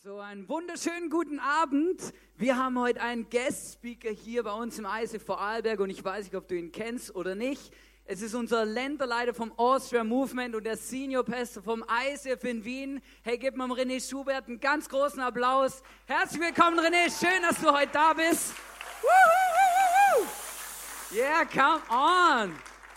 So, einen wunderschönen guten Abend. Wir haben heute einen Guest-Speaker hier bei uns im ICF Vorarlberg und ich weiß nicht, ob du ihn kennst oder nicht. Es ist unser Länderleiter vom Austria Movement und der Senior Pastor vom ICF in Wien. Hey, gib mal René Schubert einen ganz großen Applaus. Herzlich willkommen, René. Schön, dass du heute da bist. Yeah, come on.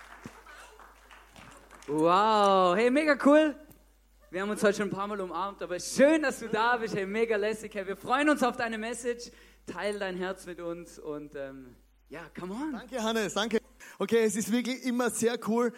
Wow, hey, mega cool. Wir haben uns heute schon ein paar Mal umarmt, aber schön, dass du da bist. Hey, mega lässig. Hey, wir freuen uns auf deine Message. Teile dein Herz mit uns und ja, come on. Danke, Hannes, danke. Okay, es ist wirklich immer sehr cool,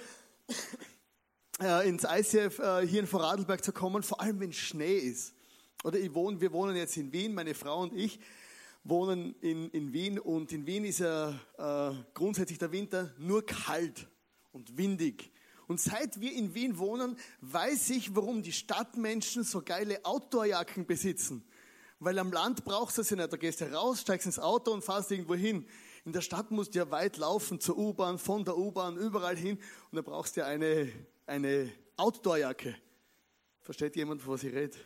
ins ICF hier in Vorarlberg zu kommen, vor allem wenn Schnee ist. Oder wir wohnen jetzt in Wien, meine Frau und ich wohnen in Wien und in Wien ist ja grundsätzlich der Winter nur kalt und windig. Und seit wir in Wien wohnen, weiß ich, warum die Stadtmenschen so geile Outdoorjacken besitzen. Weil am Land brauchst du sie nicht. Da gehst du raus, steigst ins Auto und fährst irgendwo hin. In der Stadt musst du ja weit laufen zur U-Bahn, von der U-Bahn, überall hin. Und da brauchst du ja eine Outdoorjacke. Versteht jemand, von was ich rede?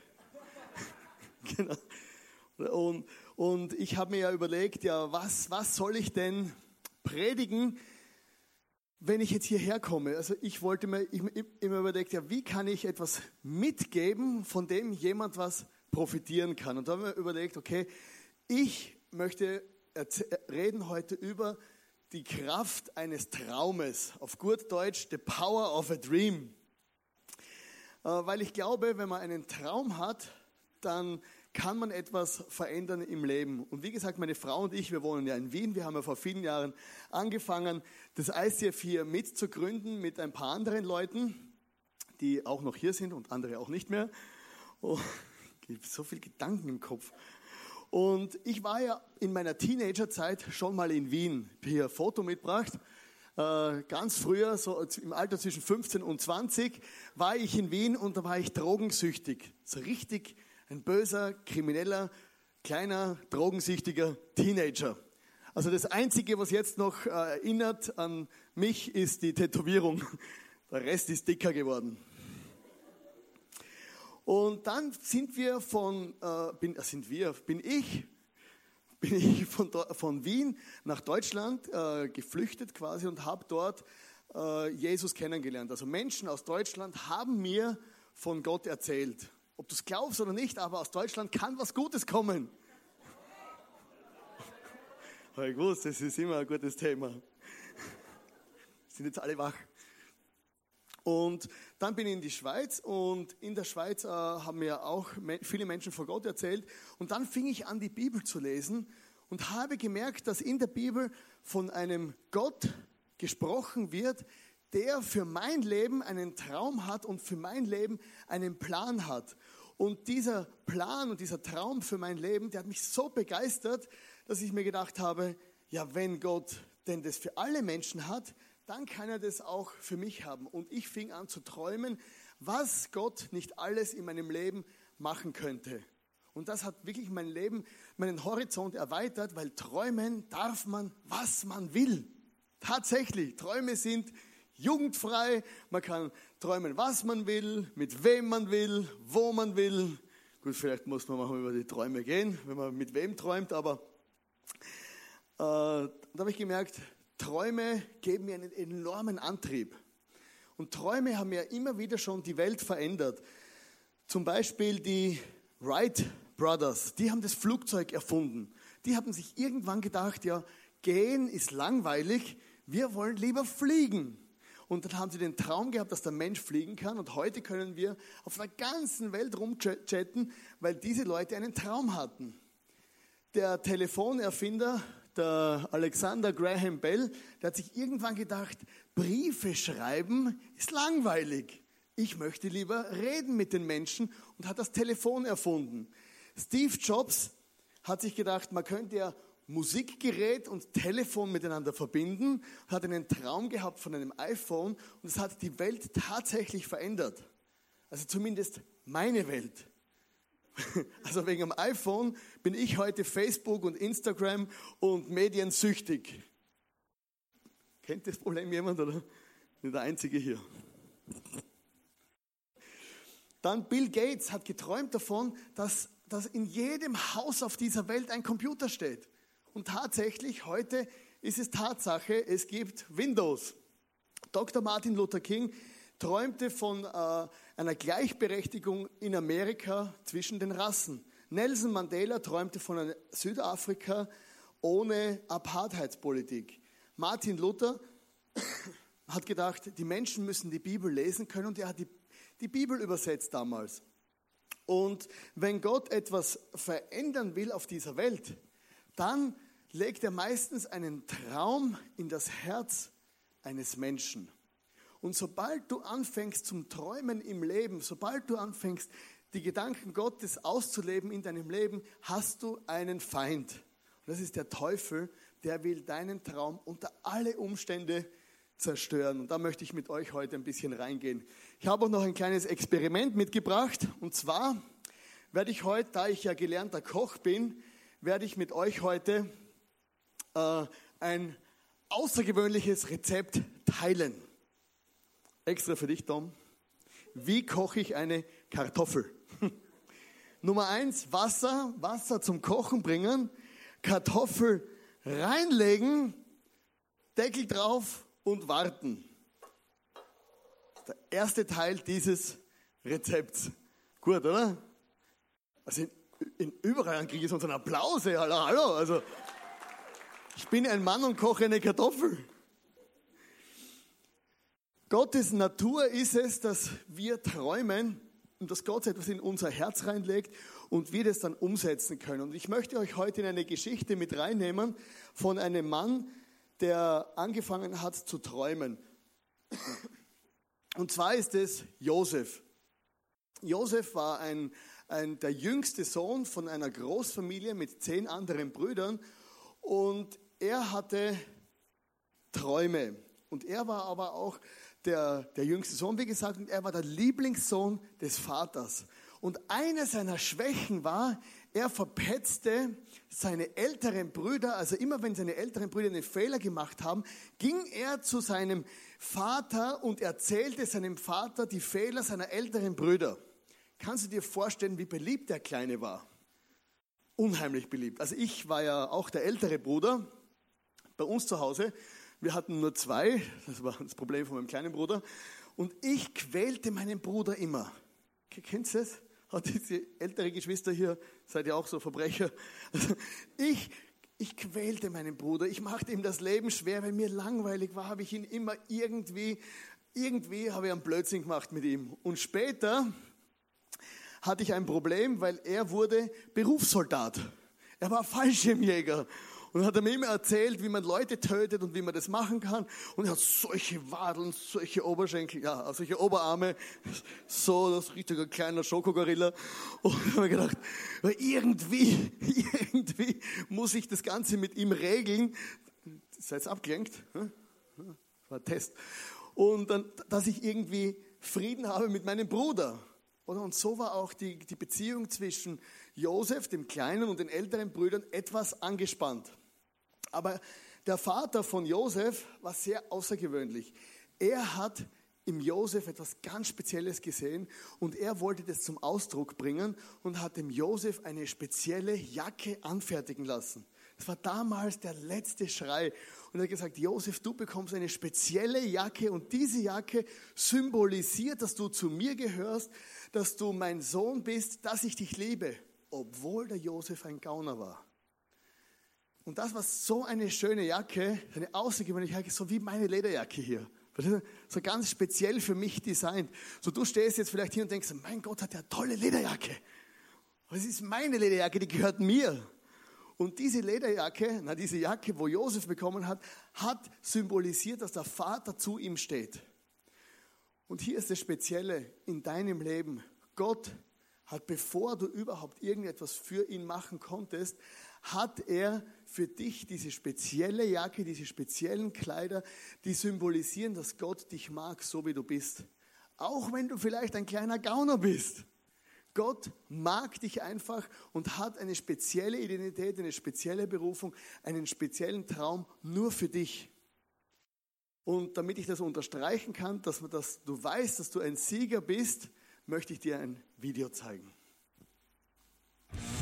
Genau. Und ich habe mir ja überlegt, ja, was soll ich denn predigen, wenn ich jetzt hierher komme? Also ich wollte mir immer überlegt, ja, wie kann ich etwas mitgeben, von dem jemand was profitieren kann? Und da habe ich mir überlegt, okay, ich möchte reden heute über die Kraft eines Traumes. Auf gut Deutsch, the power of a dream. Weil ich glaube, wenn man einen Traum hat, dann kann man etwas verändern im Leben. Und wie gesagt, meine Frau und ich, wir wohnen ja in Wien. Wir haben ja vor vielen Jahren angefangen, das ICF hier mitzugründen mit ein paar anderen Leuten, die auch noch hier sind und andere auch nicht mehr. Oh, ich habe so viel Gedanken im Kopf. Und ich war ja in meiner Teenagerzeit schon mal in Wien. Ich habe hier ein Foto mitgebracht. Ganz früher, so im Alter zwischen 15 und 20, war ich in Wien und da war ich drogensüchtig. So richtig ein böser, krimineller, kleiner, drogensüchtiger Teenager. Also das Einzige, was jetzt noch erinnert an mich, ist die Tätowierung. Der Rest ist dicker geworden. Und dann bin ich von Wien nach Deutschland geflüchtet quasi und habe dort Jesus kennengelernt. Also Menschen aus Deutschland haben mir von Gott erzählt. Ob du es glaubst oder nicht, aber aus Deutschland kann was Gutes kommen. Ich wusste, das ist immer ein gutes Thema. Sind jetzt alle wach. Und dann bin ich in die Schweiz und in der Schweiz haben mir auch viele Menschen von Gott erzählt. Und dann fing ich an, die Bibel zu lesen und habe gemerkt, dass in der Bibel von einem Gott gesprochen wird, der für mein Leben einen Traum hat und für mein Leben einen Plan hat. Und dieser Plan und dieser Traum für mein Leben, der hat mich so begeistert, dass ich mir gedacht habe, ja, wenn Gott denn das für alle Menschen hat, dann kann er das auch für mich haben. Und ich fing an zu träumen, was Gott nicht alles in meinem Leben machen könnte. Und das hat wirklich mein Leben, meinen Horizont erweitert, weil träumen darf man, was man will. Tatsächlich, Träume sind jugendfrei, man kann träumen, was man will, mit wem man will, wo man will. Gut, vielleicht muss man mal über die Träume gehen, wenn man mit wem träumt, aber da habe ich gemerkt, Träume geben mir einen enormen Antrieb. Und Träume haben ja immer wieder schon die Welt verändert. Zum Beispiel die Wright Brothers, die haben das Flugzeug erfunden. Die haben sich irgendwann gedacht, ja, gehen ist langweilig, wir wollen lieber fliegen. Und dann haben sie den Traum gehabt, dass der Mensch fliegen kann. Und heute können wir auf der ganzen Welt rumchatten, weil diese Leute einen Traum hatten. Der Telefonerfinder, der Alexander Graham Bell, der hat sich irgendwann gedacht, Briefe schreiben ist langweilig. Ich möchte lieber reden mit den Menschen und hat das Telefon erfunden. Steve Jobs hat sich gedacht, man könnte ja Musikgerät und Telefon miteinander verbinden und hat einen Traum gehabt von einem iPhone und es hat die Welt tatsächlich verändert. Also zumindest meine Welt. Also wegen dem iPhone bin ich heute Facebook und Instagram und mediensüchtig. Kennt das Problem jemand oder? Nicht der Einzige hier. Dann Bill Gates hat geträumt davon, dass dass in jedem Haus auf dieser Welt ein Computer steht. Und tatsächlich, heute ist es Tatsache, es gibt Windows. Dr. Martin Luther King träumte von einer Gleichberechtigung in Amerika zwischen den Rassen. Nelson Mandela träumte von einem Südafrika ohne Apartheidspolitik. Martin Luther hat gedacht, die Menschen müssen die Bibel lesen können, und er hat die Bibel übersetzt damals. Und wenn Gott etwas verändern will auf dieser Welt, dann legt er meistens einen Traum in das Herz eines Menschen. Und sobald du anfängst zum Träumen im Leben, sobald du anfängst, die Gedanken Gottes auszuleben in deinem Leben, hast du einen Feind. Und das ist der Teufel, der will deinen Traum unter alle Umstände zerstören. Und da möchte ich mit euch heute ein bisschen reingehen. Ich habe auch noch ein kleines Experiment mitgebracht. Und zwar werde ich heute, da ich ja gelernter Koch bin, werde ich mit euch heute ein außergewöhnliches Rezept teilen. Extra für dich, Tom. Wie koche ich eine Kartoffel? Nummer 1, Wasser zum Kochen bringen, Kartoffel reinlegen, Deckel drauf und warten. Der erste Teil dieses Rezepts. Gut, oder? Also in überall kriege ich sonst einen Applaus. Hallo. Also, ich bin ein Mann und koche eine Kartoffel. Gottes Natur ist es, dass wir träumen und dass Gott etwas in unser Herz reinlegt und wir das dann umsetzen können. Und ich möchte euch heute in eine Geschichte mit reinnehmen von einem Mann, der angefangen hat zu träumen. Und zwar ist es Josef. Josef war der jüngste Sohn von einer Großfamilie mit 10 anderen Brüdern, und er hatte Träume. Und er war aber auch der jüngste Sohn, wie gesagt, und er war der Lieblingssohn des Vaters. Und eine seiner Schwächen war, er verpetzte seine älteren Brüder. Also immer wenn seine älteren Brüder einen Fehler gemacht haben, ging er zu seinem Vater und erzählte seinem Vater die Fehler seiner älteren Brüder. Kannst du dir vorstellen, wie beliebt der Kleine war? Unheimlich beliebt. Also ich war ja auch der ältere Bruder bei uns zu Hause. Wir hatten nur 2, das war das Problem von meinem kleinen Bruder. Und ich quälte meinen Bruder immer. Kennst du das? Hat diese ältere Geschwister hier, seid ihr auch so Verbrecher? Also ich quälte meinen Bruder. Ich machte ihm das Leben schwer, weil mir langweilig war, habe ich ihn immer irgendwie habe ich einen Blödsinn gemacht mit ihm. Und später hatte ich ein Problem, weil er wurde Berufssoldat. Er war Fallschirmjäger. Und hat er mir immer erzählt, wie man Leute tötet und wie man das machen kann. Und er hat solche Wadeln, solche Oberschenkel, ja, solche Oberarme, so, das ist richtig ein kleiner Schokogorilla. Und ich habe mir gedacht, irgendwie muss ich das Ganze mit ihm regeln. Seid ihr abgelenkt? Das war ein Test. Und dann, dass ich irgendwie Frieden habe mit meinem Bruder. Und so war auch die Beziehung zwischen Josef, dem Kleinen, und den älteren Brüdern etwas angespannt. Aber der Vater von Josef war sehr außergewöhnlich. Er hat im Josef etwas ganz Spezielles gesehen und er wollte das zum Ausdruck bringen und hat dem Josef eine spezielle Jacke anfertigen lassen. Das war damals der letzte Schrei. Und er hat gesagt, Josef, du bekommst eine spezielle Jacke und diese Jacke symbolisiert, dass du zu mir gehörst, dass du mein Sohn bist, dass ich dich liebe, obwohl der Josef ein Gauner war. Und das war so eine schöne Jacke, eine außergewöhnliche Jacke, so wie meine Lederjacke hier. So ganz speziell für mich designt. So, du stehst jetzt vielleicht hier und denkst, mein Gott, hat der eine tolle Lederjacke. Aber es ist meine Lederjacke, die gehört mir. Und diese Lederjacke, diese Jacke, wo Josef bekommen hat, hat symbolisiert, dass der Vater zu ihm steht. Und hier ist das Spezielle in deinem Leben. Gott hat, bevor du überhaupt irgendetwas für ihn machen konntest, hat er für dich diese spezielle Jacke, diese speziellen Kleider, die symbolisieren, dass Gott dich mag, so wie du bist. Auch wenn du vielleicht ein kleiner Gauner bist. Gott mag dich einfach und hat eine spezielle Identität, eine spezielle Berufung, einen speziellen Traum nur für dich. Und damit ich das unterstreichen kann, dass du weißt, dass du ein Sieger bist, möchte ich dir ein Video zeigen.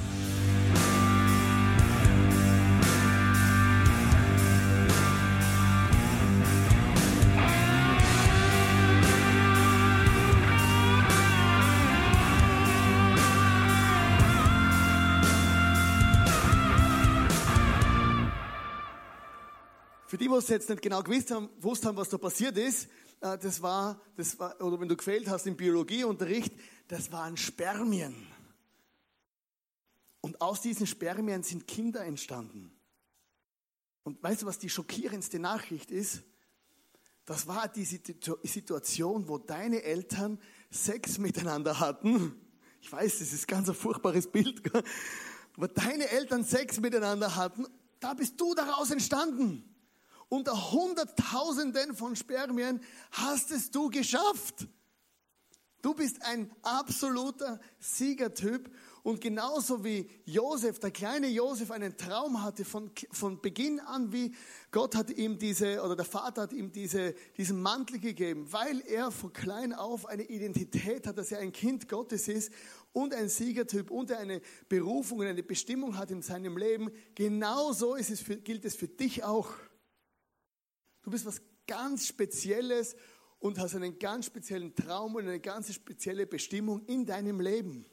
die es jetzt nicht genau gewusst haben, was da passiert ist, das war, oder wenn du gefehlt hast im Biologieunterricht, das waren Spermien. Und aus diesen Spermien sind Kinder entstanden. Und weißt du, was die schockierendste Nachricht ist? Das war die Situation, wo deine Eltern Sex miteinander hatten. Ich weiß, das ist ganz ein furchtbares Bild. Wo deine Eltern Sex miteinander hatten, da bist du daraus entstanden. Unter Hunderttausenden von Spermien hast es du geschafft. Du bist ein absoluter Siegertyp. Und genauso wie Josef, der kleine Josef, einen Traum hatte von Beginn an, wie Gott hat ihm der Vater hat ihm diesen Mantel gegeben, weil er von klein auf eine Identität hat, dass er ein Kind Gottes ist und ein Siegertyp und eine Berufung und eine Bestimmung hat in seinem Leben. Genauso gilt es für dich auch. Du bist was ganz Spezielles und hast einen ganz speziellen Traum und eine ganz spezielle Bestimmung in deinem Leben.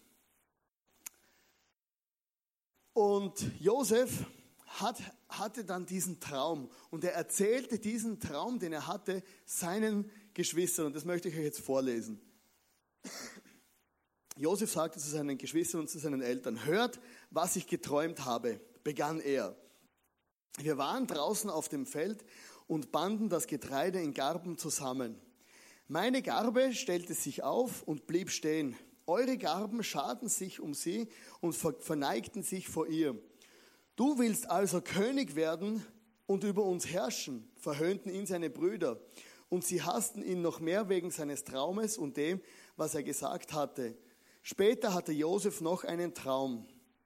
Und Josef hatte dann diesen Traum und er erzählte diesen Traum, den er hatte, seinen Geschwistern. Und das möchte ich euch jetzt vorlesen. Josef sagte zu seinen Geschwistern und zu seinen Eltern: Hört, was ich geträumt habe, begann er. Wir waren draußen auf dem Feld und banden das Getreide in Garben zusammen. Meine Garbe stellte sich auf und blieb stehen. Eure Garben scharten sich um sie und verneigten sich vor ihr. Du willst also König werden und über uns herrschen, verhöhnten ihn seine Brüder. Und sie hassten ihn noch mehr wegen seines Traumes und dem, was er gesagt hatte. Später hatte Josef noch einen Traum.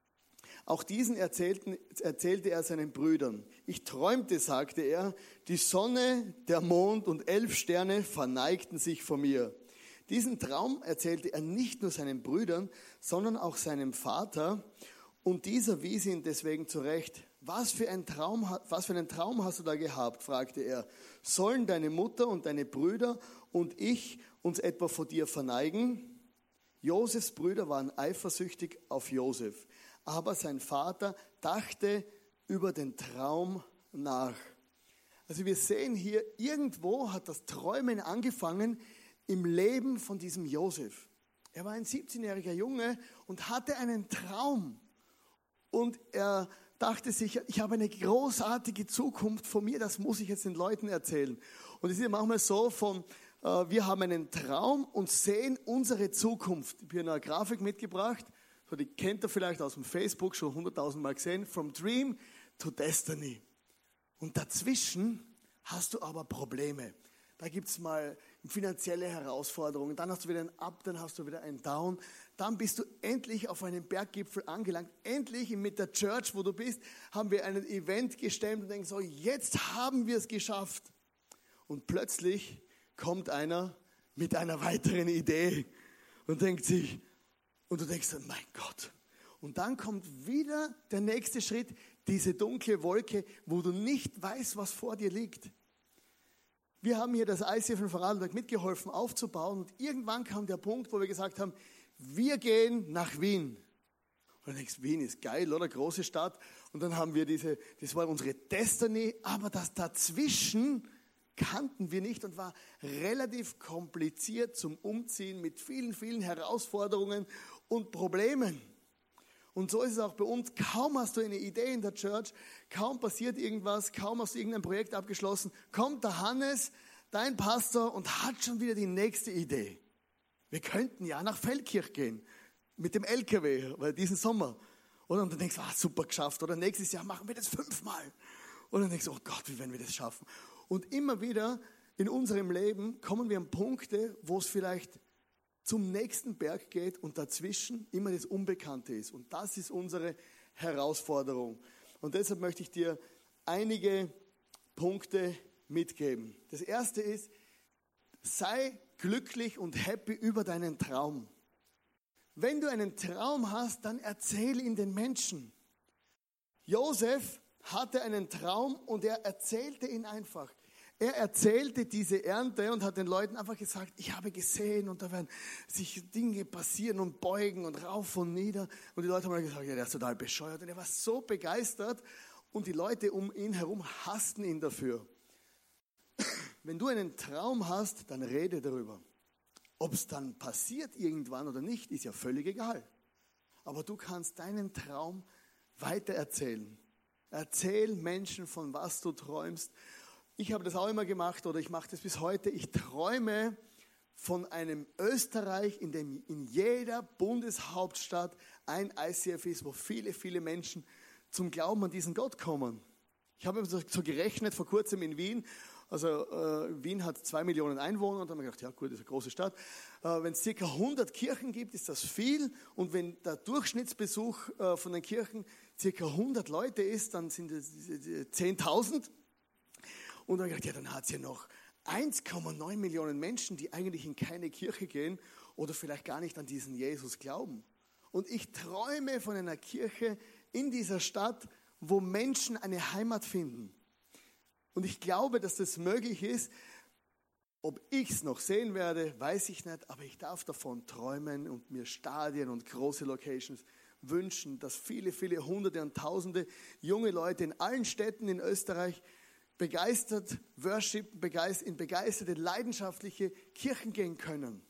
Auch diesen erzählte er seinen Brüdern. Ich träumte, sagte er, die Sonne, der Mond und 11 Sterne verneigten sich vor mir. Diesen Traum erzählte er nicht nur seinen Brüdern, sondern auch seinem Vater. Und dieser wies ihn deswegen zurecht. Was für einen Traum hast du da gehabt? Fragte er. Sollen deine Mutter und deine Brüder und ich uns etwa vor dir verneigen? Josefs Brüder waren eifersüchtig auf Josef. Aber sein Vater dachte über den Traum nach. Also wir sehen hier, irgendwo hat das Träumen angefangen im Leben von diesem Josef. Er war ein 17-jähriger Junge und hatte einen Traum. Und er dachte sich, ich habe eine großartige Zukunft vor mir, das muss ich jetzt den Leuten erzählen. Und es ist ja manchmal so, wir haben einen Traum und sehen unsere Zukunft. Ich habe hier eine Grafik mitgebracht, die kennt ihr vielleicht aus dem Facebook, schon 100.000 Mal gesehen, From Dream to Destiny. Und dazwischen hast du aber Probleme. Da gibt es mal finanzielle Herausforderungen, dann hast du wieder ein Up, dann hast du wieder ein Down. Dann bist du endlich auf einem Berggipfel angelangt. Endlich mit der Church, wo du bist, haben wir ein Event gestemmt und denken so, jetzt haben wir es geschafft. Und plötzlich kommt einer mit einer weiteren Idee und denkt sich, und du denkst, mein Gott. Und dann kommt wieder der nächste Schritt, diese dunkle Wolke, wo du nicht weißt, was vor dir liegt. Wir haben hier das ICF in Vorarlberg mitgeholfen aufzubauen und irgendwann kam der Punkt, wo wir gesagt haben, wir gehen nach Wien. Und dann denkst du, Wien ist geil, oder? Große Stadt. Und dann haben wir das war unsere Destiny, aber das dazwischen kannten wir nicht und war relativ kompliziert zum Umziehen mit vielen, vielen Herausforderungen und Problemen. Und so ist es auch bei uns. Kaum hast du eine Idee in der Church, kaum passiert irgendwas, kaum hast du irgendein Projekt abgeschlossen, kommt der Hannes, dein Pastor, und hat schon wieder die nächste Idee. Wir könnten ja nach Feldkirch gehen mit dem LKW, weil diesen Sommer. Oder? Und dann denkst du, super geschafft. Oder nächstes Jahr machen wir das 5-mal. Und dann denkst du, oh Gott, wie werden wir das schaffen? Und immer wieder in unserem Leben kommen wir an Punkte, wo es vielleicht zum nächsten Berg geht und dazwischen immer das Unbekannte ist. Und das ist unsere Herausforderung. Und deshalb möchte ich dir einige Punkte mitgeben. Das erste ist, sei glücklich und happy über deinen Traum. Wenn du einen Traum hast, dann erzähl ihn den Menschen. Josef hatte einen Traum und er erzählte ihn einfach. Er erzählte diese Ernte und hat den Leuten einfach gesagt, ich habe gesehen und da werden sich Dinge passieren und beugen und rauf und nieder. Und die Leute haben gesagt, ja, der ist total bescheuert. Und er war so begeistert und die Leute um ihn herum hassten ihn dafür. Wenn du einen Traum hast, dann rede darüber. Ob es dann passiert irgendwann oder nicht, ist ja völlig egal. Aber du kannst deinen Traum weitererzählen. Erzähl Menschen, von was du träumst. Ich habe das auch immer gemacht oder ich mache das bis heute. Ich träume von einem Österreich, in dem in jeder Bundeshauptstadt ein ICF ist, wo viele, viele Menschen zum Glauben an diesen Gott kommen. Ich habe so gerechnet vor kurzem in Wien. Also Wien hat 2 Millionen Einwohner und da habe ich gedacht, ja gut, das ist eine große Stadt. Wenn es ca. 100 Kirchen gibt, ist das viel. Und wenn der Durchschnittsbesuch von den Kirchen ca. 100 Leute ist, dann sind es 10.000. Und dann habe ich gedacht, ja, dann hat es ja noch 1,9 Millionen Menschen, die eigentlich in keine Kirche gehen oder vielleicht gar nicht an diesen Jesus glauben. Und ich träume von einer Kirche in dieser Stadt, wo Menschen eine Heimat finden. Und ich glaube, dass das möglich ist. Ob ich es noch sehen werde, weiß ich nicht, aber ich darf davon träumen und mir Stadien und große Locations wünschen, dass viele, viele Hunderte und Tausende junge Leute in allen Städten in Österreich begeistert worshipen, in begeisterte, leidenschaftliche Kirchen gehen können.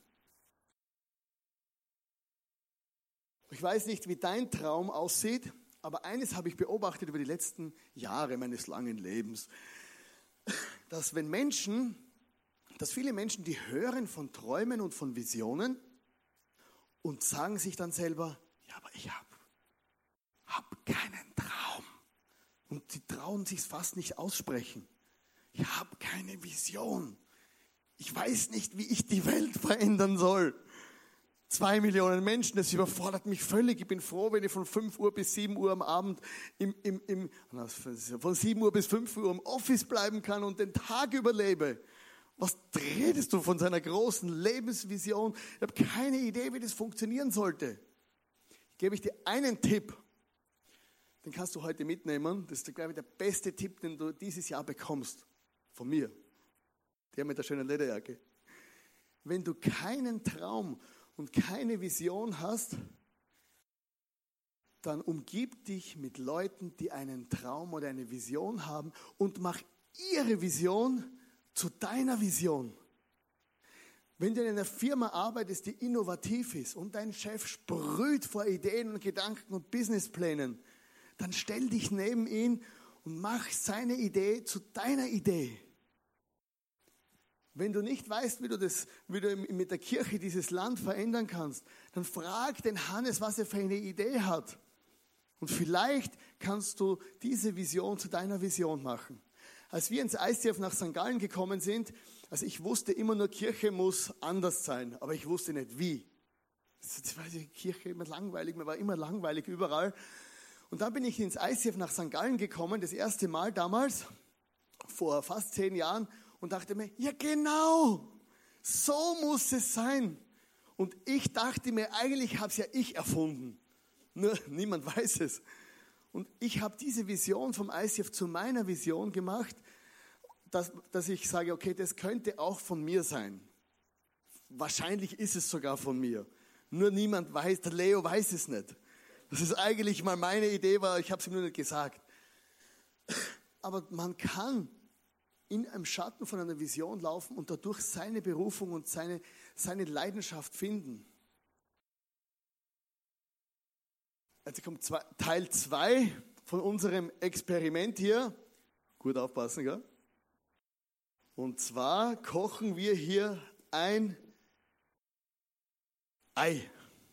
Ich weiß nicht, wie dein Traum aussieht, aber eines habe ich beobachtet über die letzten Jahre meines langen Lebens, dass viele Menschen, die hören von Träumen und von Visionen und sagen sich dann selber, ja, aber ich hab keinen Traum. Und sie trauen sich fast nicht aussprechen. Ich habe keine Vision. Ich weiß nicht, wie ich die Welt verändern soll. 2 Millionen Menschen, das überfordert mich völlig. Ich bin froh, wenn ich von 5 Uhr bis 7 Uhr am Abend von 7 Uhr bis 5 Uhr im Office bleiben kann und den Tag überlebe. Was redest du von seiner großen Lebensvision? Ich habe keine Idee, wie das funktionieren sollte. Gebe ich dir einen Tipp, den kannst du heute mitnehmen. Das ist, glaube ich, der beste Tipp, den du dieses Jahr bekommst. Von mir. Der mit der schönen Lederjacke. Wenn du keinen Traum und keine Vision hast, dann umgib dich mit Leuten, die einen Traum oder eine Vision haben und mach ihre Vision zu deiner Vision. Wenn du in einer Firma arbeitest, die innovativ ist und dein Chef sprüht vor Ideen und Gedanken und Businessplänen, dann stell dich neben ihn und mach seine Idee zu deiner Idee. Wenn du nicht weißt, wie du mit der Kirche dieses Land verändern kannst, dann frag den Hannes, was er für eine Idee hat. Und vielleicht kannst du diese Vision zu deiner Vision machen. Als wir ins ICF nach St. Gallen gekommen sind, also ich wusste immer nur, Kirche muss anders sein, aber ich wusste nicht wie. Das war die Kirche immer langweilig, man war immer langweilig überall. Und dann bin ich ins ICF nach St. Gallen gekommen, das erste Mal damals, vor fast 10 Jahren, und dachte mir, ja genau, so muss es sein. Und ich dachte mir, eigentlich habe es ja ich erfunden. Nur niemand weiß es. Und ich habe diese Vision vom ICF zu meiner Vision gemacht, dass ich sage, okay, das könnte auch von mir sein. Wahrscheinlich ist es sogar von mir. Nur niemand weiß, der Leo weiß es nicht. Das ist eigentlich mal meine Idee, war, ich habe es ihm nur nicht gesagt. Aber man kann in einem Schatten von einer Vision laufen und dadurch seine Berufung und seine Leidenschaft finden. Jetzt kommt Teil 2 von unserem Experiment hier. Gut aufpassen, gell? Und zwar kochen wir hier ein Ei.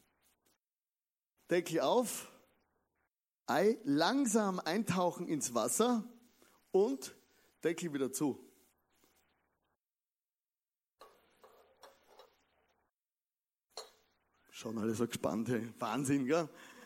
Deckel auf, Ei langsam eintauchen ins Wasser und Deckel wieder zu. Schauen alle so gespannt, hey. Wahnsinn, gell?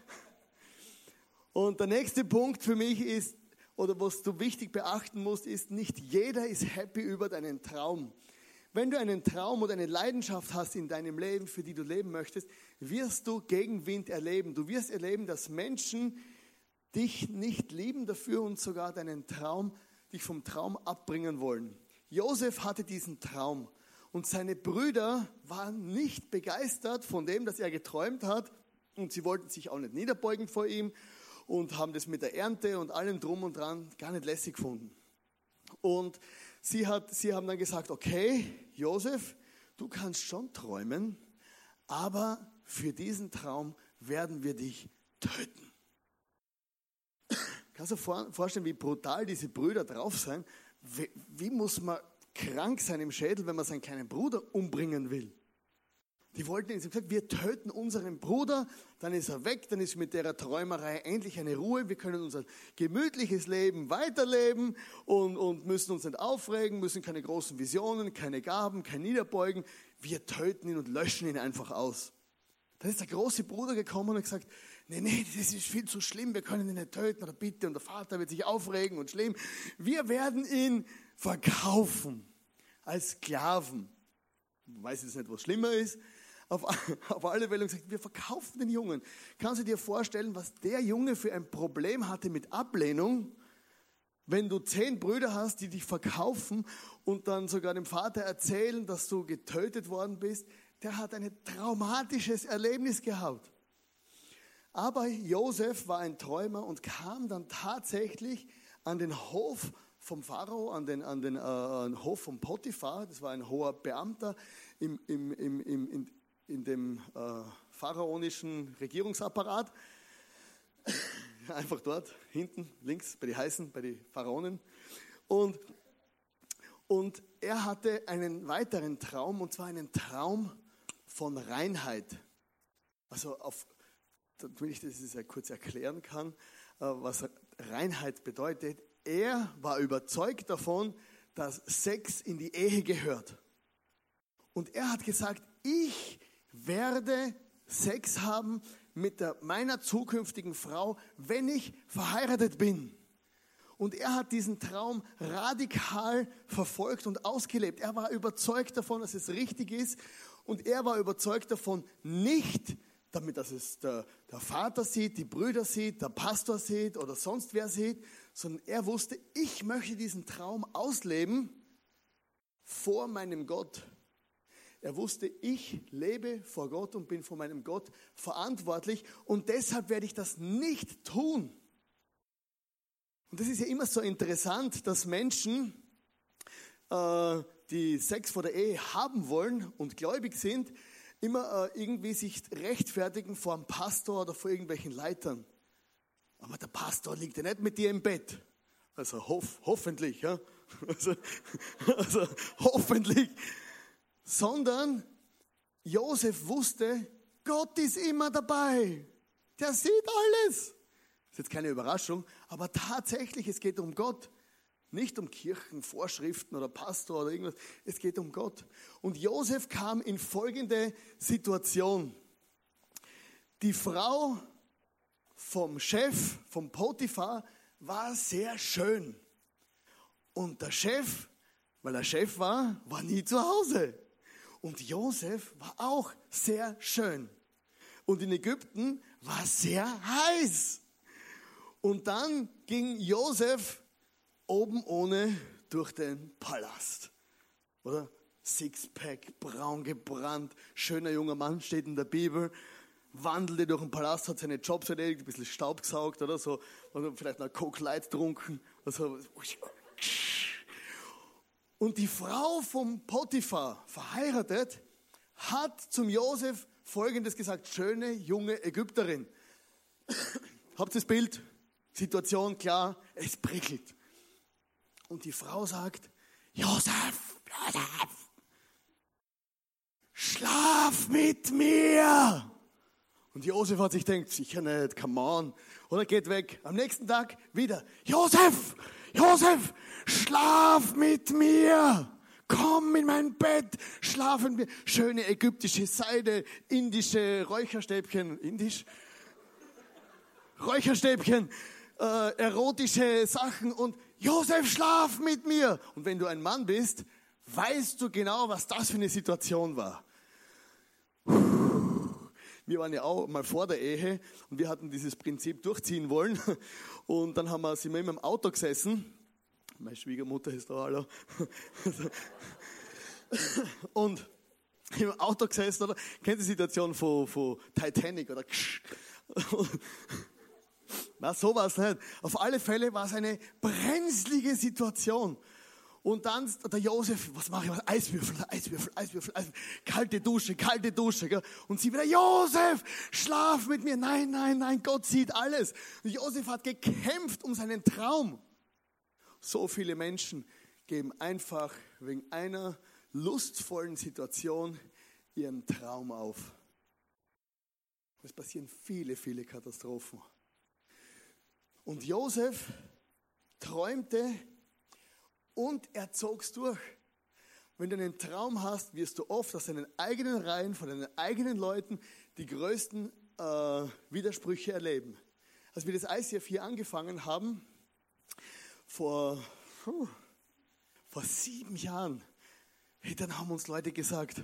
Und der nächste Punkt für mich ist, oder was du wichtig beachten musst, ist, nicht jeder ist happy über deinen Traum. Wenn du einen Traum oder eine Leidenschaft hast in deinem Leben, für die du leben möchtest, wirst du Gegenwind erleben. Du wirst erleben, dass Menschen dich nicht lieben dafür und sogar dich vom Traum abbringen wollen. Josef hatte diesen Traum und seine Brüder waren nicht begeistert von dem, dass er geträumt hat und sie wollten sich auch nicht niederbeugen vor ihm. und haben das mit der Ernte und allem drum und dran gar nicht lässig gefunden. Und sie haben dann gesagt, okay, Josef, du kannst schon träumen, aber für diesen Traum werden wir dich töten. Kannst du dir vorstellen, wie brutal diese Brüder drauf sind? Wie muss man krank sein im Schädel, wenn man seinen kleinen Bruder umbringen will? Die wollten ihm gesagt, wir töten unseren Bruder, dann ist er weg, dann ist mit der Träumerei endlich eine Ruhe, wir können unser gemütliches Leben weiterleben und müssen uns nicht aufregen, müssen keine großen Visionen, keine Gaben, kein Niederbeugen. Wir töten ihn und löschen ihn einfach aus. Dann ist der große Bruder gekommen und hat gesagt, nee, das ist viel zu schlimm, wir können ihn nicht töten, oder bitte, und der Vater wird sich aufregen und schlimm. Wir werden ihn verkaufen als Sklaven. Ich weiß jetzt nicht, was schlimmer ist. Auf alle Fälle gesagt, wir verkaufen den Jungen. Kannst du dir vorstellen, was der Junge für ein Problem hatte mit Ablehnung, wenn du 10 Brüder hast, die dich verkaufen und dann sogar dem Vater erzählen, dass du getötet worden bist? Der hat ein traumatisches Erlebnis gehabt. Aber Josef war ein Träumer und kam dann tatsächlich an den Hof vom Pharao, an den Hof von Potiphar. Das war ein hoher Beamter in dem pharaonischen Regierungsapparat. Einfach dort, hinten, links, bei den Heißen, bei den Pharaonen. Und er hatte einen weiteren Traum, und zwar einen Traum von Reinheit. Also, damit ich das jetzt kurz erklären kann, was Reinheit bedeutet. Er war überzeugt davon, dass Sex in die Ehe gehört. Und er hat gesagt, ich werde Sex haben mit meiner zukünftigen Frau, wenn ich verheiratet bin. Und er hat diesen Traum radikal verfolgt und ausgelebt. Er war überzeugt davon, dass es richtig ist. Und er war überzeugt davon, nicht damit, dass es der Vater sieht, die Brüder sieht, der Pastor sieht oder sonst wer sieht, sondern er wusste, ich möchte diesen Traum ausleben vor meinem Gott. Er wusste, ich lebe vor Gott und bin vor meinem Gott verantwortlich und deshalb werde ich das nicht tun. Und das ist ja immer so interessant, dass Menschen, die Sex vor der Ehe haben wollen und gläubig sind, immer irgendwie sich rechtfertigen vor einem Pastor oder vor irgendwelchen Leitern. Aber der Pastor liegt ja nicht mit dir im Bett. Also hoffentlich, ja. Also hoffentlich. Sondern Josef wusste, Gott ist immer dabei. Der sieht alles. Das ist jetzt keine Überraschung, aber tatsächlich, es geht um Gott. Nicht um Kirchenvorschriften oder Pastor oder irgendwas. Es geht um Gott. Und Josef kam in folgende Situation. Die Frau vom Chef, vom Potiphar, war sehr schön. Und der Chef, weil er Chef war nie zu Hause. Und Josef war auch sehr schön. Und in Ägypten war sehr heiß. Und dann ging Josef oben ohne durch den Palast. Oder? Sixpack, braun gebrannt, schöner junger Mann, steht in der Bibel, wandelte durch den Palast, hat seine Jobs erledigt, ein bisschen Staub gesaugt oder so, oder vielleicht noch Coke Light getrunken. Also. Und die Frau vom Potiphar, verheiratet, hat zum Josef Folgendes gesagt: schöne, junge Ägypterin. Habt ihr das Bild? Situation klar, es prickelt. Und die Frau sagt: Josef, schlaf mit mir. Und Josef hat sich gedacht, sicher nicht, come on. Oder geht weg. Am nächsten Tag wieder: Josef, schlaf mit mir. Komm in mein Bett, schlafen wir. Schöne ägyptische Seide, indische Räucherstäbchen, Räucherstäbchen, erotische Sachen und Josef, schlaf mit mir. Und wenn du ein Mann bist, weißt du genau, was das für eine Situation war. Wir waren ja auch mal vor der Ehe und wir hatten dieses Prinzip durchziehen wollen. Und dann sind wir immer im Auto gesessen. Meine Schwiegermutter ist da, hallo. Und im Auto gesessen, oder? Kennt ihr die Situation von Titanic, oder? Na, sowas nicht. Auf alle Fälle war es eine brenzlige Situation. Und dann der Josef, was mache ich? Eiswürfel. Kalte Dusche. Gell? Und sie wieder, Josef, schlaf mit mir. Nein, Gott sieht alles. Und Josef hat gekämpft um seinen Traum. So viele Menschen geben einfach wegen einer lustvollen Situation ihren Traum auf. Es passieren viele, viele Katastrophen. Und Josef träumte und er zog's durch. Wenn du einen Traum hast, wirst du oft aus deinen eigenen Reihen, von deinen eigenen Leuten die größten Widersprüche erleben. Als wir das ICF hier angefangen haben, vor 7 Jahren, dann haben uns Leute gesagt,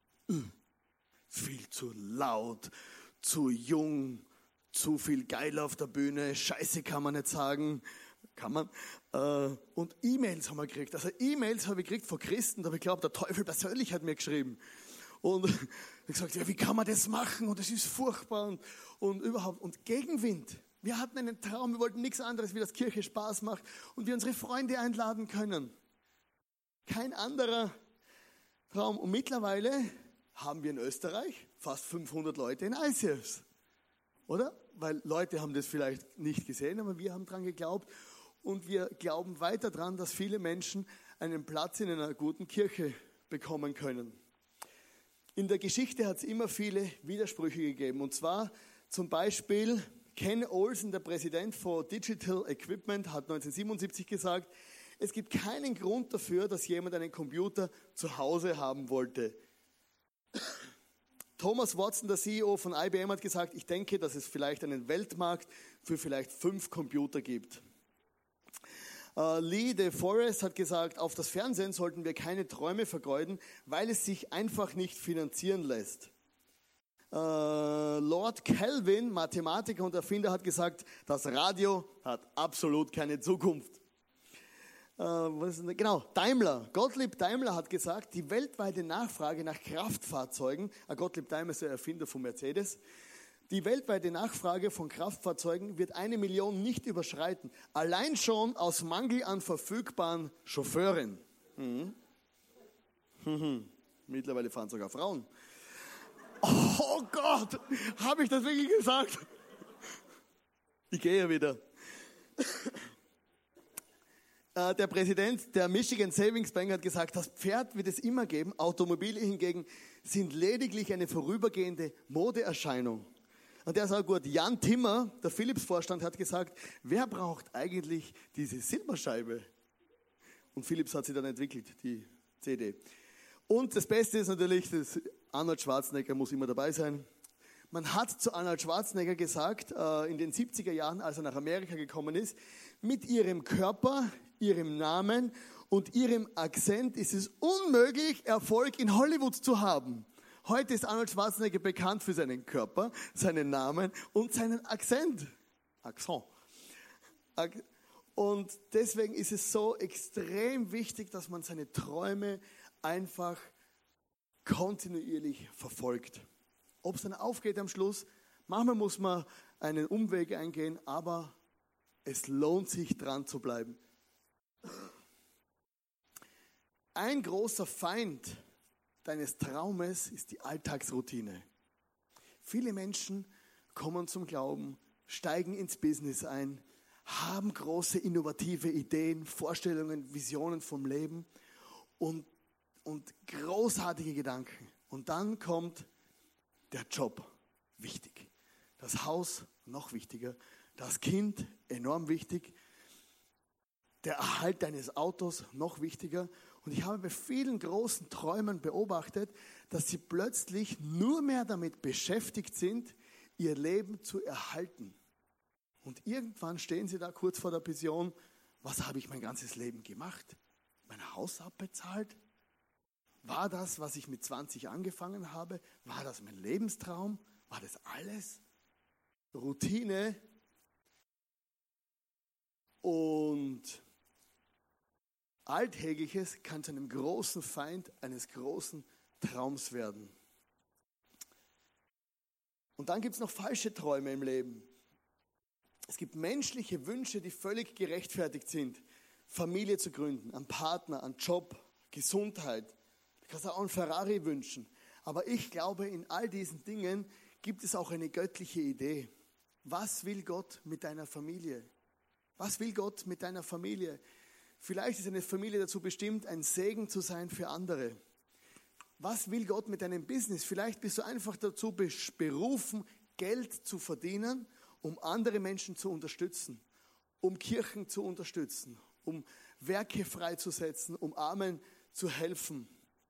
viel zu laut, zu jung, zu viel geil auf der Bühne, Scheiße kann man nicht sagen, kann man. Und E-Mails haben wir gekriegt. Also E-Mails habe ich gekriegt von Christen, da habe ich geglaubt, der Teufel persönlich hat mir geschrieben. Und ich gesagt, ja, wie kann man das machen? Und das ist furchtbar und überhaupt. Und Gegenwind. Wir hatten einen Traum, wir wollten nichts anderes, wie dass Kirche Spaß macht und wir unsere Freunde einladen können. Kein anderer Traum. Und mittlerweile haben wir in Österreich fast 500 Leute in ICFs. Oder? Weil Leute haben das vielleicht nicht gesehen, aber wir haben dran geglaubt. Und wir glauben weiter dran, dass viele Menschen einen Platz in einer guten Kirche bekommen können. In der Geschichte hat es immer viele Widersprüche gegeben. Und zwar zum Beispiel Ken Olsen, der Präsident von Digital Equipment, hat 1977 gesagt, es gibt keinen Grund dafür, dass jemand einen Computer zu Hause haben wollte. Thomas Watson, der CEO von IBM, hat gesagt, ich denke, dass es vielleicht einen Weltmarkt für vielleicht 5 Computer gibt. Lee de Forest hat gesagt, auf das Fernsehen sollten wir keine Träume vergeuden, weil es sich einfach nicht finanzieren lässt. Lord Kelvin, Mathematiker und Erfinder, hat gesagt, das Radio hat absolut keine Zukunft. Daimler, Gottlieb Daimler hat gesagt, die weltweite Nachfrage nach Kraftfahrzeugen, Gottlieb Daimler ist der Erfinder von Mercedes, die weltweite Nachfrage von Kraftfahrzeugen wird 1 Million nicht überschreiten. Allein schon aus Mangel an verfügbaren Chauffeuren. Mittlerweile fahren sogar Frauen. Oh Gott, habe ich das wirklich gesagt? Ich gehe ja wieder. Der Präsident der Michigan Savings Bank hat gesagt, das Pferd wird es immer geben, Automobile hingegen sind lediglich eine vorübergehende Modeerscheinung. Und der ist auch gut. Jan Timmer, der Philips-Vorstand, hat gesagt, wer braucht eigentlich diese Silberscheibe? Und Philips hat sie dann entwickelt, die CD. Und das Beste ist natürlich, Arnold Schwarzenegger muss immer dabei sein. Man hat zu Arnold Schwarzenegger gesagt, in den 70er Jahren, als er nach Amerika gekommen ist, mit ihrem Körper, ihrem Namen und ihrem Akzent ist es unmöglich, Erfolg in Hollywood zu haben. Heute ist Arnold Schwarzenegger bekannt für seinen Körper, seinen Namen und seinen Akzent. Und deswegen ist es so extrem wichtig, dass man seine Träume einfach kontinuierlich verfolgt. Ob es dann aufgeht am Schluss, manchmal muss man einen Umweg eingehen, aber es lohnt sich, dran zu bleiben. Ein großer Feind deines Traumes ist die Alltagsroutine. Viele Menschen kommen zum Glauben, steigen ins Business ein, haben große innovative Ideen, Vorstellungen, Visionen vom Leben und großartige Gedanken. Und dann kommt der Job, wichtig. Das Haus, noch wichtiger. Das Kind, enorm wichtig. Der Erhalt deines Autos, noch wichtiger. Und ich habe bei vielen großen Träumern beobachtet, dass sie plötzlich nur mehr damit beschäftigt sind, ihr Leben zu erhalten. Und irgendwann stehen sie da kurz vor der Vision, was habe ich mein ganzes Leben gemacht? Mein Haus abbezahlt? War das, was ich mit 20 angefangen habe? War das mein Lebenstraum? War das alles? Routine und Alltägliches kann zu einem großen Feind eines großen Traums werden. Und dann gibt es noch falsche Träume im Leben. Es gibt menschliche Wünsche, die völlig gerechtfertigt sind. Familie zu gründen, einen Partner, einen Job, Gesundheit. Du kannst auch einen Ferrari wünschen. Aber ich glaube, in all diesen Dingen gibt es auch eine göttliche Idee. Was will Gott mit deiner Familie? Was will Gott mit deiner Familie? Vielleicht ist eine Familie dazu bestimmt, ein Segen zu sein für andere. Was will Gott mit deinem Business? Vielleicht bist du einfach dazu berufen, Geld zu verdienen, um andere Menschen zu unterstützen, um Kirchen zu unterstützen, um Werke freizusetzen, um Armen zu helfen.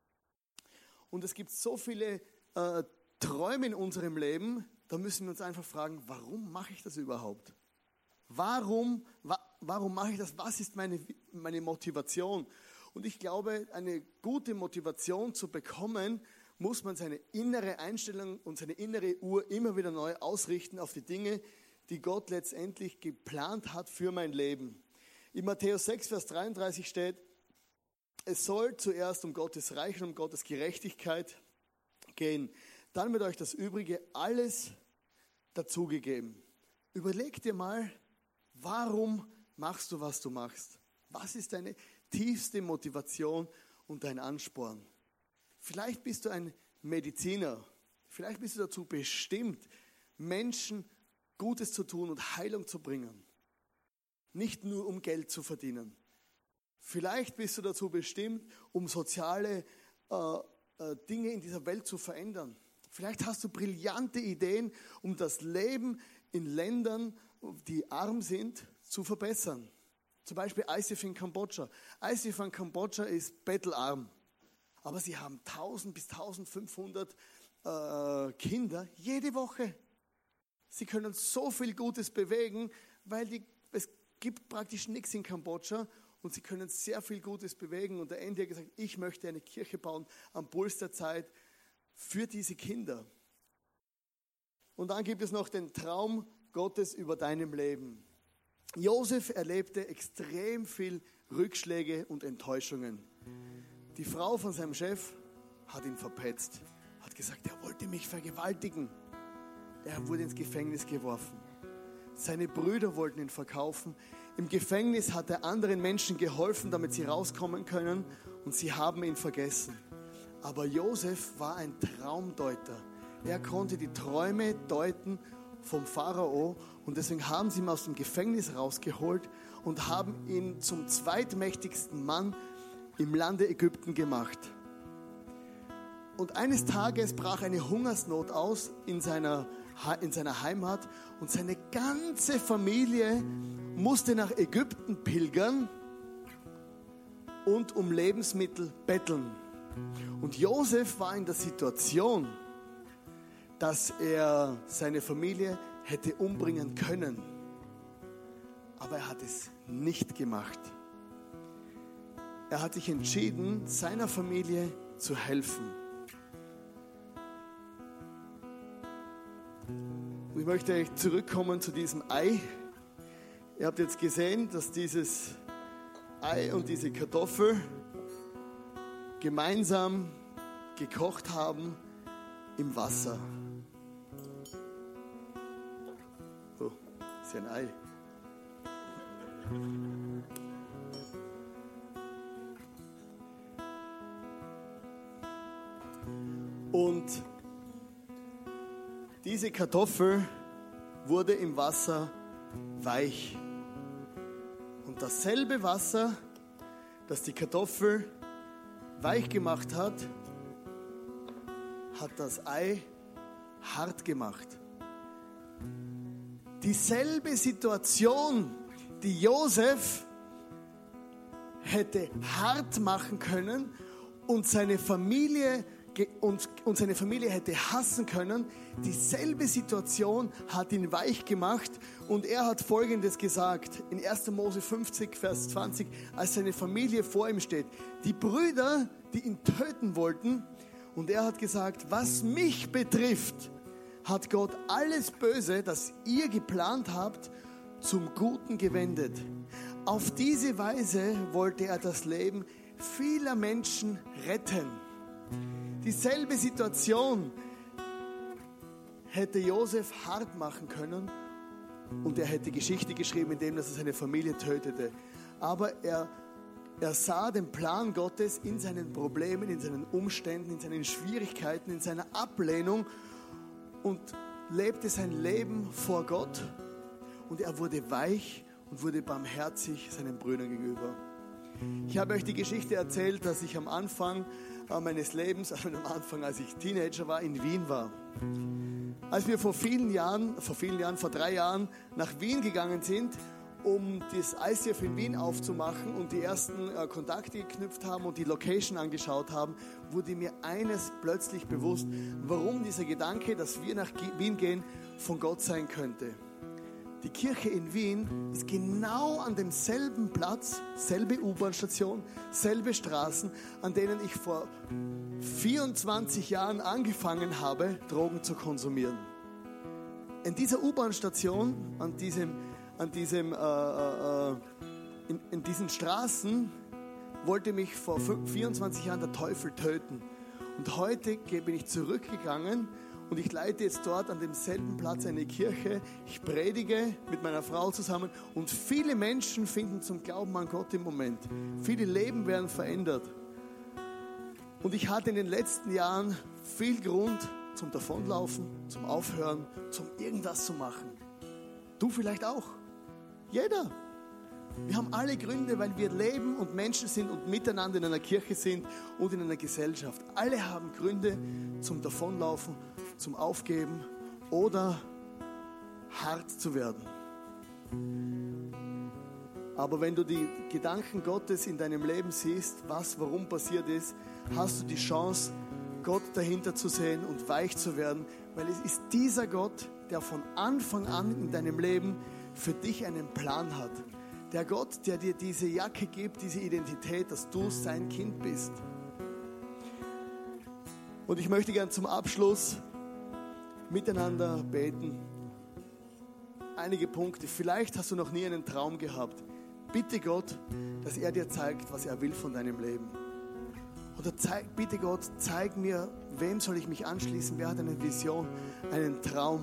Und es gibt so viele Träume in unserem Leben, da müssen wir uns einfach fragen, warum mache ich das überhaupt? Warum mache ich das? Was ist meine Motivation? Und ich glaube, eine gute Motivation zu bekommen, muss man seine innere Einstellung und seine innere Uhr immer wieder neu ausrichten auf die Dinge, die Gott letztendlich geplant hat für mein Leben. In Matthäus 6, Vers 33 steht, es soll zuerst um Gottes Reich und um Gottes Gerechtigkeit gehen. Dann wird euch das Übrige alles dazugegeben. Überleg dir mal, warum machst du, was du machst? Was ist deine tiefste Motivation und dein Ansporn? Vielleicht bist du ein Mediziner. Vielleicht bist du dazu bestimmt, Menschen Gutes zu tun und Heilung zu bringen. Nicht nur um Geld zu verdienen. Vielleicht bist du dazu bestimmt, um soziale Dinge in dieser Welt zu verändern. Vielleicht hast du brillante Ideen, um das Leben in Ländern, die arm sind, zu verbessern. Zum Beispiel ICF in Kambodscha. ICF in Kambodscha ist bettelarm. Aber sie haben 1000 bis 1500 Kinder jede Woche. Sie können so viel Gutes bewegen, weil es gibt praktisch nichts in Kambodscha und sie können sehr viel Gutes bewegen. Und der Andy hat gesagt, ich möchte eine Kirche bauen am Puls der Zeit für diese Kinder. Und dann gibt es noch den Traum Gottes über deinem Leben. Josef erlebte extrem viel Rückschläge und Enttäuschungen. Die Frau von seinem Chef hat ihn verpetzt, hat gesagt, er wollte mich vergewaltigen. Er wurde ins Gefängnis geworfen. Seine Brüder wollten ihn verkaufen. Im Gefängnis hat er anderen Menschen geholfen, damit sie rauskommen können, und sie haben ihn vergessen. Aber Josef war ein Traumdeuter. Er konnte die Träume deuten vom Pharao, und deswegen haben sie ihn aus dem Gefängnis rausgeholt und haben ihn zum zweitmächtigsten Mann im Lande Ägypten gemacht. Und eines Tages brach eine Hungersnot aus in seiner Heimat und seine ganze Familie musste nach Ägypten pilgern und um Lebensmittel betteln. Und Josef war in der Situation, dass er seine Familie hätte umbringen können. Aber er hat es nicht gemacht. Er hat sich entschieden, seiner Familie zu helfen. Und ich möchte zurückkommen zu diesem Ei. Ihr habt jetzt gesehen, dass dieses Ei und diese Kartoffel gemeinsam gekocht haben im Wasser. Oh, ist ja ein Ei. Und diese Kartoffel wurde im Wasser weich. Und dasselbe Wasser, das die Kartoffel weich gemacht hat, hat das Ei hart gemacht. Dieselbe Situation, die Josef hätte hart machen können und seine Familie hätte hassen können, dieselbe Situation hat ihn weich gemacht, und er hat Folgendes gesagt in 1. Mose 50, Vers 20, als seine Familie vor ihm steht. Die Brüder, die ihn töten wollten, und er hat gesagt, was mich betrifft, hat Gott alles Böse, das ihr geplant habt, zum Guten gewendet. Auf diese Weise wollte er das Leben vieler Menschen retten. Dieselbe Situation hätte Josef hart machen können und er hätte Geschichte geschrieben, indem er seine Familie tötete. Aber er sah den Plan Gottes in seinen Problemen, in seinen Umständen, in seinen Schwierigkeiten, in seiner Ablehnung und lebte sein Leben vor Gott. Und er wurde weich und wurde barmherzig seinen Brüdern gegenüber. Ich habe euch die Geschichte erzählt, dass ich am Anfang meines Lebens, also am Anfang, als ich Teenager war, in Wien war. Als wir vor 3 Jahren nach Wien gegangen sind, um das ICF in Wien aufzumachen und die ersten Kontakte geknüpft haben und die Location angeschaut haben, wurde mir eines plötzlich bewusst, warum dieser Gedanke, dass wir nach Wien gehen, von Gott sein könnte. Die Kirche in Wien ist genau an demselben Platz, selbe U-Bahn-Station, selbe Straßen, an denen ich vor 24 Jahren angefangen habe, Drogen zu konsumieren. In dieser U-Bahn-Station, in diesen Straßen, wollte mich vor 24 Jahren der Teufel töten. Und heute bin ich zurückgegangen und ich leite jetzt dort an demselben Platz eine Kirche. Ich predige mit meiner Frau zusammen und viele Menschen finden zum Glauben an Gott im Moment. Viele Leben werden verändert. Und ich hatte in den letzten Jahren viel Grund zum Davonlaufen, zum Aufhören, zum irgendwas zu machen. Du vielleicht auch. Jeder. Wir haben alle Gründe, weil wir leben und Menschen sind und miteinander in einer Kirche sind und in einer Gesellschaft. Alle haben Gründe zum Davonlaufen, zum Aufgeben oder hart zu werden. Aber wenn du die Gedanken Gottes in deinem Leben siehst, warum passiert ist, hast du die Chance, Gott dahinter zu sehen und weich zu werden, weil es ist dieser Gott, der von Anfang an in deinem Leben für dich einen Plan hat. Der Gott, der dir diese Jacke gibt, diese Identität, dass du sein Kind bist. Und ich möchte gern zum Abschluss miteinander beten. Einige Punkte. Vielleicht hast du noch nie einen Traum gehabt. Bitte Gott, dass er dir zeigt, was er will von deinem Leben. Oder bitte Gott, zeig mir, wem soll ich mich anschließen? Wer hat eine Vision, einen Traum?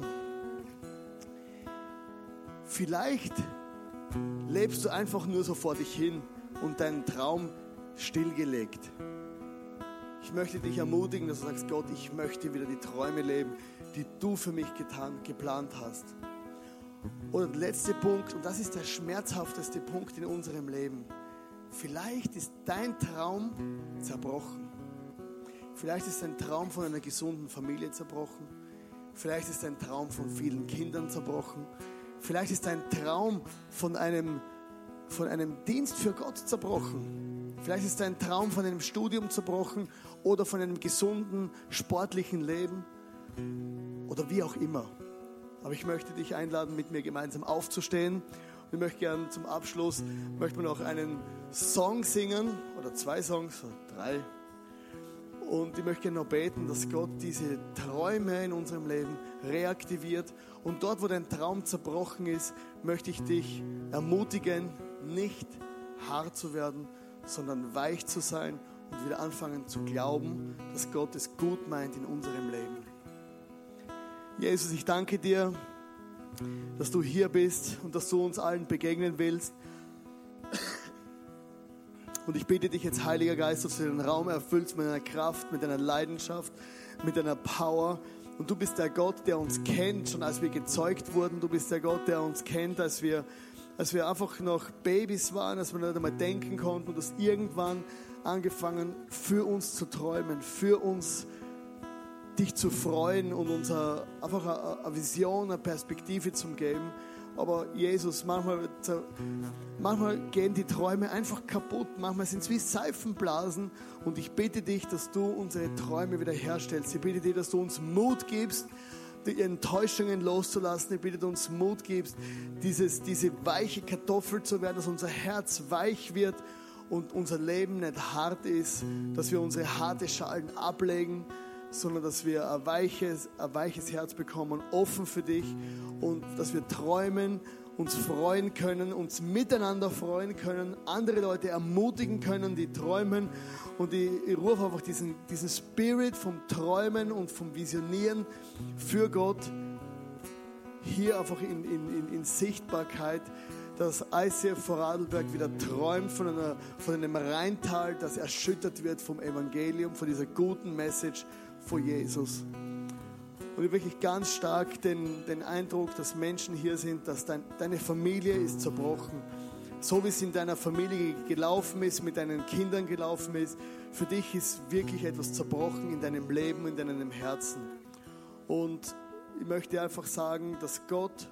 Vielleicht lebst du einfach nur so vor dich hin und deinen Traum stillgelegt. Ich möchte dich ermutigen, dass du sagst, Gott, ich möchte wieder die Träume leben, die du für mich geplant hast. Oder der letzte Punkt, und das ist der schmerzhafteste Punkt in unserem Leben. Vielleicht ist dein Traum zerbrochen. Vielleicht ist dein Traum von einer gesunden Familie zerbrochen. Vielleicht ist dein Traum von vielen Kindern zerbrochen. Vielleicht ist dein Traum von einem Dienst für Gott zerbrochen. Vielleicht ist dein Traum von einem Studium zerbrochen oder von einem gesunden, sportlichen Leben oder wie auch immer. Aber ich möchte dich einladen, mit mir gemeinsam aufzustehen. Und ich möchte gerne zum Abschluss, noch einen Song singen oder 2 Songs, oder 3. Und ich möchte gerne noch beten, dass Gott diese Träume in unserem Leben reaktiviert. Und dort, wo dein Traum zerbrochen ist, möchte ich dich ermutigen, nicht hart zu werden, sondern weich zu sein und wieder anfangen zu glauben, dass Gott es gut meint in unserem Leben. Jesus, ich danke dir, dass du hier bist und dass du uns allen begegnen willst. Und ich bitte dich jetzt, Heiliger Geist, dass du den Raum erfüllst mit deiner Kraft, mit deiner Leidenschaft, mit deiner Power. Und du bist der Gott, der uns kennt, schon als wir gezeugt wurden. Du bist der Gott, der uns kennt, als wir einfach noch Babys waren, als wir nicht einmal denken konnten. Und du hast irgendwann angefangen, für uns zu träumen, für uns dich zu freuen und uns einfach eine Vision, eine Perspektive zu geben. Aber Jesus, manchmal gehen die Träume einfach kaputt. Manchmal sind es wie Seifenblasen. Und ich bitte dich, dass du unsere Träume wieder herstellst. Ich bitte dich, dass du uns Mut gibst, die Enttäuschungen loszulassen. Ich bitte, dass du uns Mut gibst, diese weiche Kartoffel zu werden, dass unser Herz weich wird und unser Leben nicht hart ist, dass wir unsere harte Schalen ablegen, sondern dass wir ein weiches Herz bekommen, offen für dich und dass wir träumen, uns freuen können, uns miteinander freuen können, andere Leute ermutigen können, die träumen. Und ich rufe einfach diesen Spirit vom Träumen und vom Visionieren für Gott. hier einfach in Sichtbarkeit, dass ICF Vorarlberg wieder träumt von einem Rheintal, das erschüttert wird vom Evangelium, von dieser guten Message von Jesus. Und ich habe wirklich ganz stark den Eindruck, dass Menschen hier sind, dass deine Familie ist zerbrochen. So wie es in deiner Familie gelaufen ist, mit deinen Kindern gelaufen ist, für dich ist wirklich etwas zerbrochen in deinem Leben, in deinem Herzen. Und ich möchte einfach sagen, dass Gott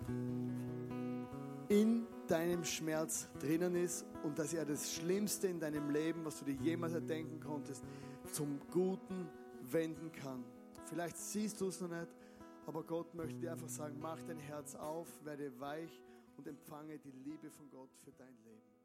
in deinem Schmerz drinnen ist und dass er das Schlimmste in deinem Leben, was du dir jemals erdenken konntest, zum Guten wenden kann. Vielleicht siehst du es noch nicht, aber Gott möchte dir einfach sagen, mach dein Herz auf, werde weich und empfange die Liebe von Gott für dein Leben.